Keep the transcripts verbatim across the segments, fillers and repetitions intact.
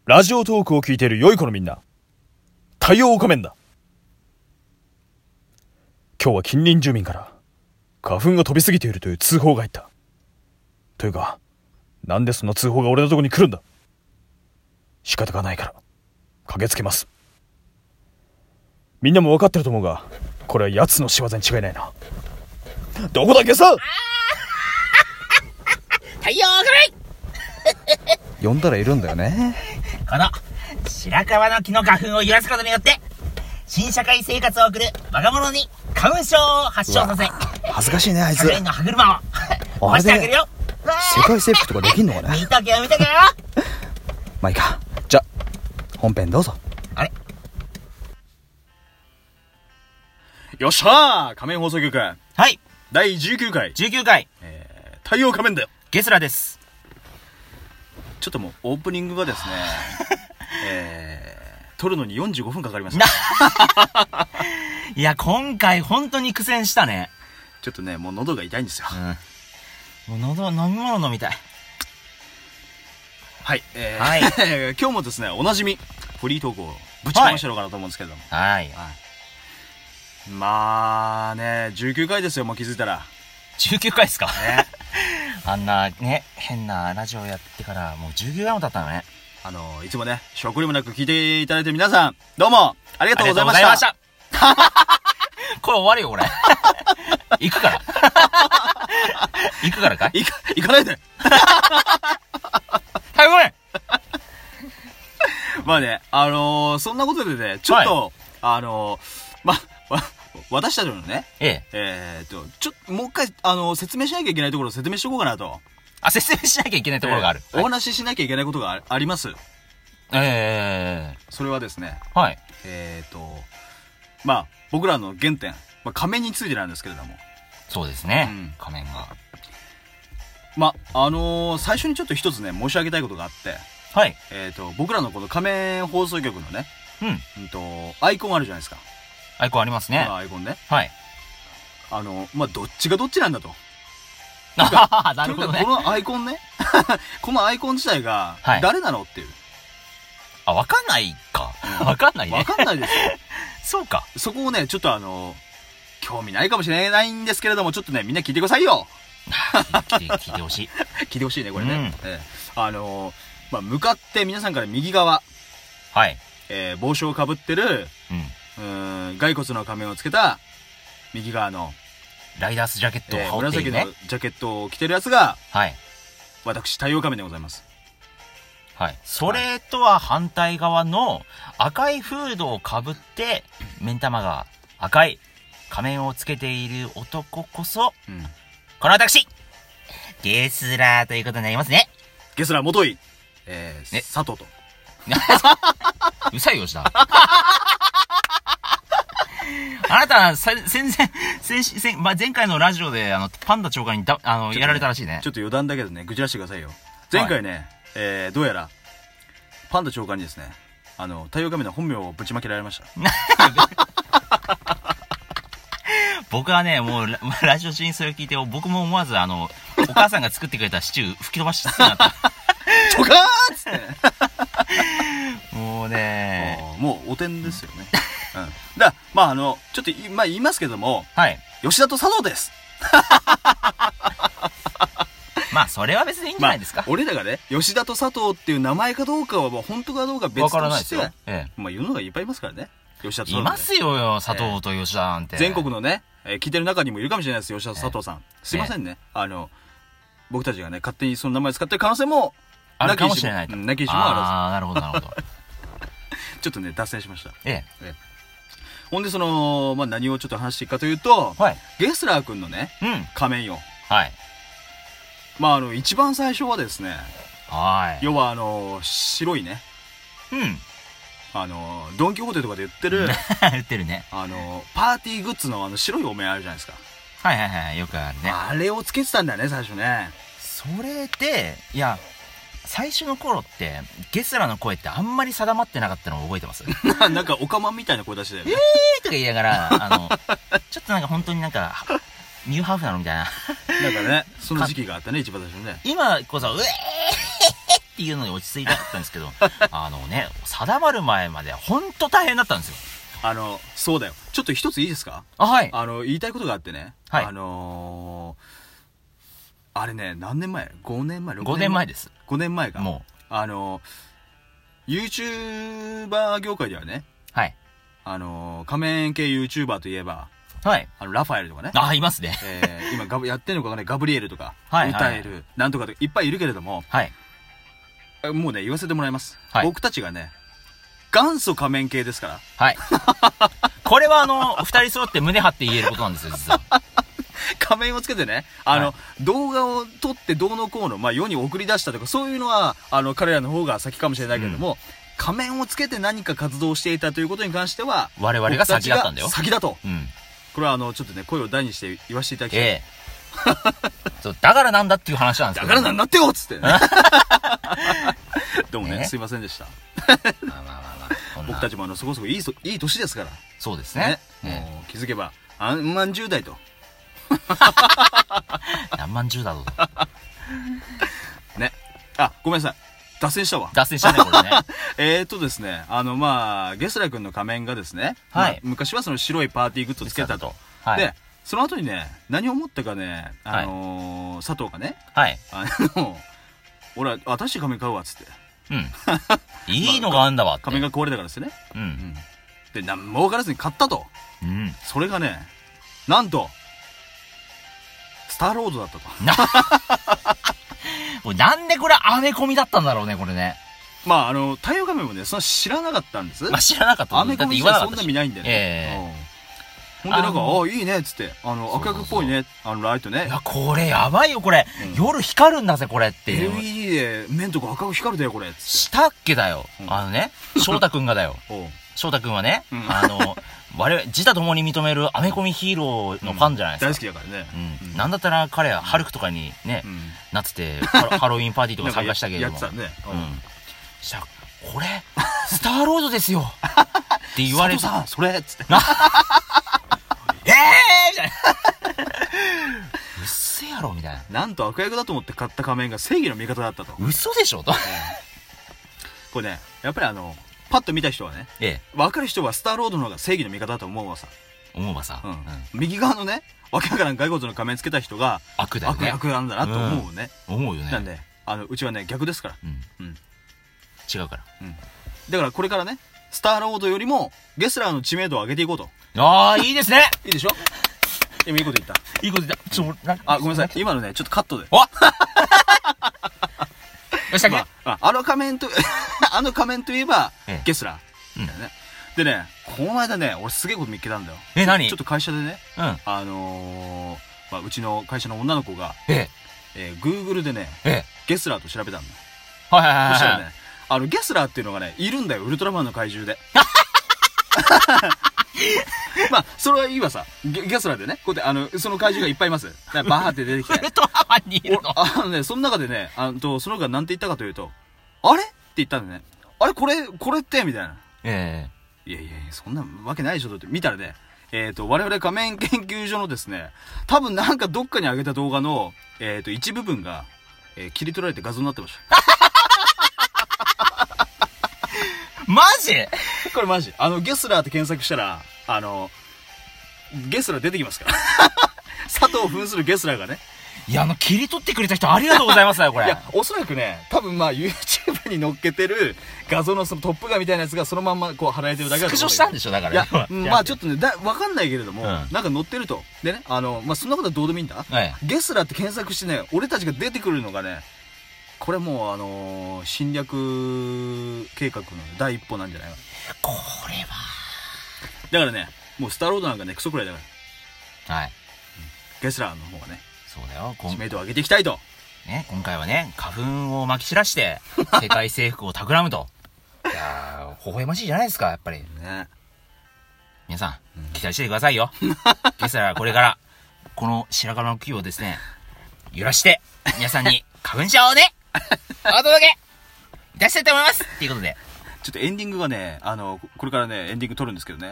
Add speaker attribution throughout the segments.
Speaker 1: ラジオトークを聞いている良い子のみんな、太陽仮面だ。今日は近隣住民から花粉が飛びすぎているという通報が入った。というか、なんでそんな通報が俺のところに来るんだ。仕方がないから駆けつけます。みんなも分かってると思うが、これは奴の仕業に違いないな。どこだゲサ
Speaker 2: 太陽仮面
Speaker 3: 呼んだらいるんだよね。
Speaker 2: この白樺の木の花粉を揺らすことによって新社会生活を送る若者に花粉症を発症させ、
Speaker 3: 恥ずかしいねあいつ。
Speaker 2: 社会の歯車を回してあげるよ。
Speaker 3: 世界征服とかできんのかね。
Speaker 2: 見とけよ見とけよ。
Speaker 3: まあいいか。じゃ本編どうぞ。
Speaker 2: あれ
Speaker 1: よっしゃー、仮面放送局
Speaker 2: はい
Speaker 1: だいじゅうきゅうかい、
Speaker 2: じゅうきゅうかい、
Speaker 1: えー、太陽仮面だよ。
Speaker 2: ゲスラです。
Speaker 1: ちょっともうオープニングがですねえー、撮るのによんじゅうごふんかかりました。
Speaker 2: いや今回本当に苦戦したね。
Speaker 1: ちょっとね、もう喉が痛いんですよ。
Speaker 2: うん、もう喉飲み物飲みたい。
Speaker 1: はい、えー、
Speaker 2: はい、
Speaker 1: 今日もですね、おなじみフリートークをぶち込ましてやろうかなと思うんですけれども、
Speaker 2: はい、はい、
Speaker 1: まあね、じゅうきゅうかいですよ、もう気づいたら。
Speaker 2: じゅうきゅうかいですか
Speaker 1: ね。
Speaker 2: あんなね、変なラジオやってからもうじゅうきゅうかいも経ったのね。
Speaker 1: あのいつもね、食料もなく聞いていただいて皆さん、どうもありがとうございました。
Speaker 2: ありがとうございましたこれ終わるよ、これ。行くから。行くからかい？
Speaker 1: 行か、行かないで。
Speaker 2: はい、ごめん。
Speaker 1: まあね、あのー、そんなことでね、ちょっと、
Speaker 2: はい、
Speaker 1: あのー、ま、わ、私たちのね、
Speaker 2: ええ、
Speaker 1: えーっと、ちょ、もう一回、あのー、説明しなきゃいけないところを説明しておこうかなと。
Speaker 2: あ、説明しなきゃいけないところがある。
Speaker 1: えー、お話ししなきゃいけないことが あ, あります。
Speaker 2: ええー、
Speaker 1: それはですね、
Speaker 2: はい。
Speaker 1: えーっと、まあ、僕らの原点、まあ、仮面についてなんですけれども。
Speaker 2: そうですね、
Speaker 1: うん、
Speaker 2: 仮面が。
Speaker 1: まあ、あのー、最初にちょっと一つね、申し上げたいことがあって、
Speaker 2: はい。
Speaker 1: えーっと、僕らのこの仮面放送局のね、
Speaker 2: うん。
Speaker 1: うんと、アイコンあるじゃないですか。
Speaker 2: アイコンありますね。
Speaker 1: このアイコンね。
Speaker 2: はい。
Speaker 1: あの、まあ、どっちがどっちなんだと。
Speaker 2: ああ、なるほどね。
Speaker 1: このアイコンね、このアイコン自体が、誰なのっていう。
Speaker 2: あ、わかんないか。わかんないね。
Speaker 1: わかんないですよ。
Speaker 2: そうか。
Speaker 1: そこをね、ちょっとあの、興味ないかもしれないんですけれども、ちょっとね、みんな聞いてくださいよ。
Speaker 2: 聞いて、聞いてほしい。
Speaker 1: 聞いてほしいね、これね。
Speaker 2: うん、
Speaker 1: えー、あのー、まあ、向かって皆さんから右側。
Speaker 2: はい。
Speaker 1: えー、帽子をかぶってる、
Speaker 2: うん。
Speaker 1: うーん、骸骨の仮面をつけた、右側の、
Speaker 2: ライダースジャケットを羽織っているね。
Speaker 1: えー、紫のジャケットを着てるやつが、
Speaker 2: はい。
Speaker 1: 私、太陽仮面でございます。
Speaker 2: はい。それとは反対側の赤いフードをかぶって、目ん玉が赤い仮面をつけている男こそ、うん、この私、ゲスラーということになりますね。
Speaker 1: ゲスラー元井、えー、ね、佐藤と。
Speaker 2: うさいよ、吉田。あなた、さ、先々、先、先、まあ、前回のラジオで、あの、パンダ長官にだ、あの、ね、やられたらしいね。
Speaker 1: ちょっと余談だけどね、ぐちらしてくださいよ。前回ね、はい、えー、どうやら、パンダ長官にですね、あの、太陽仮面の本名をぶちまけられました。
Speaker 2: 僕はね、もうラ、ラジオ中にそれを聞いて、僕も思わず、あの、お母さんが作ってくれたシチュー吹き飛ばしつつなった。
Speaker 1: チョカーっつって。
Speaker 2: もうね
Speaker 1: もうお点ですよね。うん。だまああの、ちょっと、まあ言いますけども、
Speaker 2: はい。
Speaker 1: 吉田と佐藤です。
Speaker 2: まあそれは別にいいんじゃないですか。
Speaker 1: まあ、俺らがね、吉田と佐藤っていう名前かどうかはもう本当かどうか別として。わからないですよ。ええ。まあ世の中いっぱいいますからね。吉田と佐藤。
Speaker 2: いますよ、佐藤と吉田なんて。
Speaker 1: 全国のね、えー、聞いてる中にもいるかもしれないです、吉田と佐藤さん。ええ、すいませんね。あの、僕たちがね、勝手にその名前使ってる可能性も、
Speaker 2: あるかもしれないと。
Speaker 1: なきにしもあらず。
Speaker 2: ああ、なるほど、なるほど。
Speaker 1: ちょっとね、脱線しました。
Speaker 2: ええ。
Speaker 1: ええ、ほんで、その、まあ、何をちょっと話していくかというと、はい、ゲスラー君のね、うん、仮面よ。はい。まあ、あの、一番最初はですね、はい。要は、あの、白いね。うん。あの、ドンキホーテとかで売ってる、
Speaker 2: 売ってるね。
Speaker 1: あの、パーティーグッズのあの白いお面あるじゃないですか。
Speaker 2: はいはいはい、よくあるね。
Speaker 1: あれをつけてたんだよね、最初ね。
Speaker 2: それで、いや、最初の頃って、ゲスラの声ってあんまり定まってなかったのを覚えてます
Speaker 1: なんか、オカマみたいな声出してたよね。
Speaker 2: えーとか言いながら、あの、ちょっとなんか本当になんか、ニューハーフなのみたいな。
Speaker 1: なんかね、その時期があったね、一番最初ね。
Speaker 2: 今こそ、うえーっっていうのに落ち着いたったんですけど、あのね、定まる前までほんと大変だったんですよ。
Speaker 1: あの、そうだよ。ちょっと一ついいですか？
Speaker 2: あ、はい。
Speaker 1: あの、言いたいことがあってね。
Speaker 2: はい。
Speaker 1: あのー、あれね、何年前 ?ご 年前 ?ろく 年前
Speaker 2: ごねんまえです。
Speaker 1: ごねんまえか。
Speaker 2: もう。
Speaker 1: あのー、YouTuber 業界ではね。
Speaker 2: はい。
Speaker 1: あのー、仮面系 YouTuber といえば、
Speaker 2: はい。
Speaker 1: あの、ラファエルとかね。
Speaker 2: あ、いますね。
Speaker 1: えー、今ガブ、やってるのかね、ガブリエルとか、
Speaker 2: はい。
Speaker 1: 歌える、なんとかといっぱいいるけれども、
Speaker 2: はい。
Speaker 1: もうね、言わせてもらいます。
Speaker 2: はい。
Speaker 1: 僕たちがね、元祖仮面系ですから。
Speaker 2: はい。これはあの、二人揃って胸張って言えることなんですよ、実は。
Speaker 1: 仮面をつけてね、あの、
Speaker 2: はい、
Speaker 1: 動画を撮ってどうのこうの、まあ、世に送り出したとか、そういうのは、あの、彼らの方が先かもしれないけれども、うん、仮面をつけて何か活動していたということに関しては、
Speaker 2: 我々が先だったんだよ。
Speaker 1: 先だと。
Speaker 2: うん。
Speaker 1: これはあの、ちょっとね、声を大にして言わせていただきたい。ええ。
Speaker 2: そう、だからなんだっていう話なんですけ
Speaker 1: ど、ね。だからなんだってよっつってね。どうもね、すいませんでした。まあまあまあまあ。僕たちもあの、そこそこいい、いい年ですから。
Speaker 2: そうですね。
Speaker 1: ねもう気づけば、あんまんじゅう代と。
Speaker 2: 何万十だぞ。
Speaker 1: ね。あ、ごめんなさい。脱線したわ。
Speaker 2: 脱線したね、これね。
Speaker 1: えーとですね、あの、まあ、ゲスラ君の仮面がですね、はい。まあ、昔はその白いパーティーグッズをつけたと。はい。で、その後にね、何を思ったかね、あのーはい、佐藤がね、
Speaker 2: はい。
Speaker 1: あの、俺は新しい仮面買うわ、つって。
Speaker 2: うん。いいのがあんだわって。
Speaker 1: 仮面が壊れたからですね。
Speaker 2: うん。うん、
Speaker 1: で、何も分からずに買ったと。
Speaker 2: うん。
Speaker 1: それがね、なんと、スターロードだったと。
Speaker 2: もうなんでこれアメコミだったんだろうね、これね。
Speaker 1: まあ、あの、太陽仮面もね、そんな知らなかったんです。
Speaker 2: まあ知らなかった。
Speaker 1: アメコミってそんな見ないんだよね。
Speaker 2: ええ
Speaker 1: ー。ほんでなんか、ああ、いいね、っつって。あの、赤役っぽいね、あの、ライトね。
Speaker 2: いや、これやばいよ、これ。うん、夜光るんだぜ、これっていう。
Speaker 1: エルイーディー で、面とか赤く光るだよ、これ。
Speaker 2: したっけだよ。うん、あのね、翔太くんがだよ。翔太くんはね、うん、あの、我々、自他共に認めるアメコミヒーローのファンじゃないですか。
Speaker 1: うん、大好きだからね。
Speaker 2: うん。なんだったら彼はハルクとかにね、うん、なっててハロ、ハロウィンパーティーとか参加したけれども。
Speaker 1: やってたね。
Speaker 2: うん。したら、これ、スターロードですよって言われて。
Speaker 1: 佐藤さん、それっつって。
Speaker 2: ええーみたいな。うっせやろみたいな。
Speaker 1: なんと悪役だと思って買った仮面が正義の味方だったと。
Speaker 2: 嘘でしょと。
Speaker 1: これね、やっぱりあの、パッと見た人はね、ええ、分かる人はスターロードの方が正義の味方だと思うわさ。
Speaker 2: 思うわさ。
Speaker 1: うん。うん、右側のね、わけわからん骸骨の仮面つけた人が、
Speaker 2: 悪だよね。
Speaker 1: 悪役なんだなと思うね。
Speaker 2: うん、思うよね。
Speaker 1: なんで、あの、うちはね、逆ですから。
Speaker 2: うん。うん。違うから。
Speaker 1: うん。だからこれからね、スターロードよりも、ゲスラーの知名度を上げていこうと。
Speaker 2: ああ、いいですね。
Speaker 1: いいでしょ？今いいこと言った。
Speaker 2: いいこと言った。ちょ、
Speaker 1: あ、ごめんなさい。今のね、ちょっとカットで。
Speaker 2: およしたっけ、
Speaker 1: まあ、あの仮面と、あの仮面といえば、ええ、ゲスラー。うん、だよね。でね、この間ね、俺すげえこと見っけたんだよ。
Speaker 2: え、何？
Speaker 1: ちょっと会社でね、
Speaker 2: うん、
Speaker 1: あのー、まあ、うちの会社の女の子が、
Speaker 2: え
Speaker 1: え、えー、Google でね、
Speaker 2: ええ、
Speaker 1: ゲスラーと調べたんだ。
Speaker 2: はいはいはいはい。
Speaker 1: そしたらね、あの、ゲスラーっていうのがね、いるんだよ、ウルトラマンの怪獣で。まあ、それはいいわさ。ゲ、ゲスラーでね、こうやって、あの、その怪獣がいっぱいいます。バーって出てきて。
Speaker 2: ウルトラマンにいるの？
Speaker 1: あのね、その中でね、あの、その子が何て言ったかというと、あれって言ったんだね。あれこれ、これってみたいな。
Speaker 2: え
Speaker 1: えー、いやいやいや、そんなわけないでしょ、って見たらね、えっと、我々仮面研究所のですね、多分なんかどっかに上げた動画の、えっと、一部分が、えー、切り取られて画像になってました。
Speaker 2: マジ？
Speaker 1: これマジ。あの、ゲスラーって検索したら、あの、ゲスラー出てきますから。佐藤を扮するゲスラーがね。
Speaker 2: いや、あの、切り取ってくれた人ありがとうございますよ、これ。いや、
Speaker 1: おそらくね、多分まあ、YouTube に載っけてる画像のそのトップ画みたいなやつがそのまんまこう貼られてるだけだと思う。
Speaker 2: スクショしたんでしょ、だから。
Speaker 1: いや、まあちょっとね、だ、わかんないけれども、うん、なんか載ってると。でね、あの、まあそんなことはどうでもいいんだ。
Speaker 2: はい、
Speaker 1: ゲスラーって検索してね、俺たちが出てくるのがね、これもうあのー、侵略計画の第一歩なんじゃないかな。
Speaker 2: これは。
Speaker 1: だからね、もうスターロードなんかね、クソくらいだから。
Speaker 2: はい。
Speaker 1: うん、ゲスラーの方がね。
Speaker 2: そうだよ。
Speaker 1: 知名度を上げていきたいと。
Speaker 2: ね、今回はね、花粉をまき散らして、世界征服を企むと。いやー、微笑ましいじゃないですか、やっぱり。
Speaker 1: ね。
Speaker 2: 皆さん、うん、期待しててくださいよ。ゲスラーはこれから、この白樺の木をですね、揺らして、皆さんに花粉症をね、お届けいたしたいと思いますっていうことで。
Speaker 1: ちょっとエンディングがね、あの、これからね、エンディング撮るんですけどね。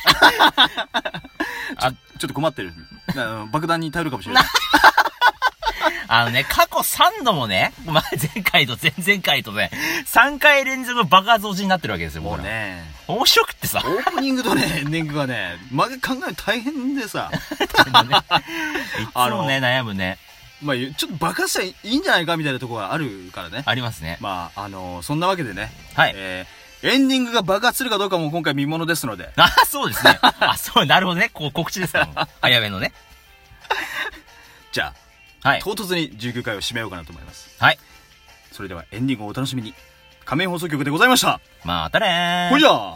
Speaker 1: あちょっと困ってる。あの爆弾に頼るかもしれない。
Speaker 2: あのね、過去さんどもね、まあ、前回と前々回とね、さんかい連続爆発落ちになってるわけですよ、もうね。面白くってさ。
Speaker 1: オープニングとね、エンディングがね、ま考えるの大変でさ。ね、
Speaker 2: いつもね、悩むね。
Speaker 1: まあ、ちょっと爆発したらいいんじゃないかみたいなところがあるからね。
Speaker 2: ありますね。
Speaker 1: まあ、あのー、そんなわけでね。
Speaker 2: はい。
Speaker 1: えー、エンディングが爆発するかどうかも今回見ものですので。
Speaker 2: あ、そうですね。あ、そう、なるほどね。こう告知ですから。早めのね。
Speaker 1: じゃあ、はい、唐突にじゅうきゅうかいを締めようかなと思います。
Speaker 2: はい。
Speaker 1: それではエンディングをお楽しみに。仮面放送局でございました。
Speaker 2: またねー。
Speaker 1: ほいじゃあ。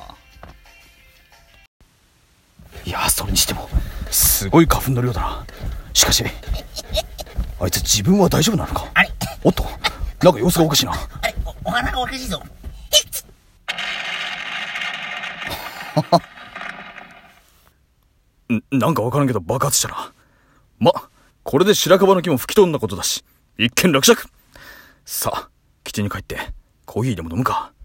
Speaker 3: いやー、それにしてもすごい花粉の量だな。しかしあいつ自分は大丈夫なのか。
Speaker 2: あれ、
Speaker 3: おっと、なんか様子がおかしいな。
Speaker 2: あれ、お, お花がおかしいぞ。
Speaker 3: んなんかわからんけど爆発したな。ま、これで白樺の木も吹き飛んだことだし、一件落着。さあ、基地に帰ってコーヒーでも飲むか。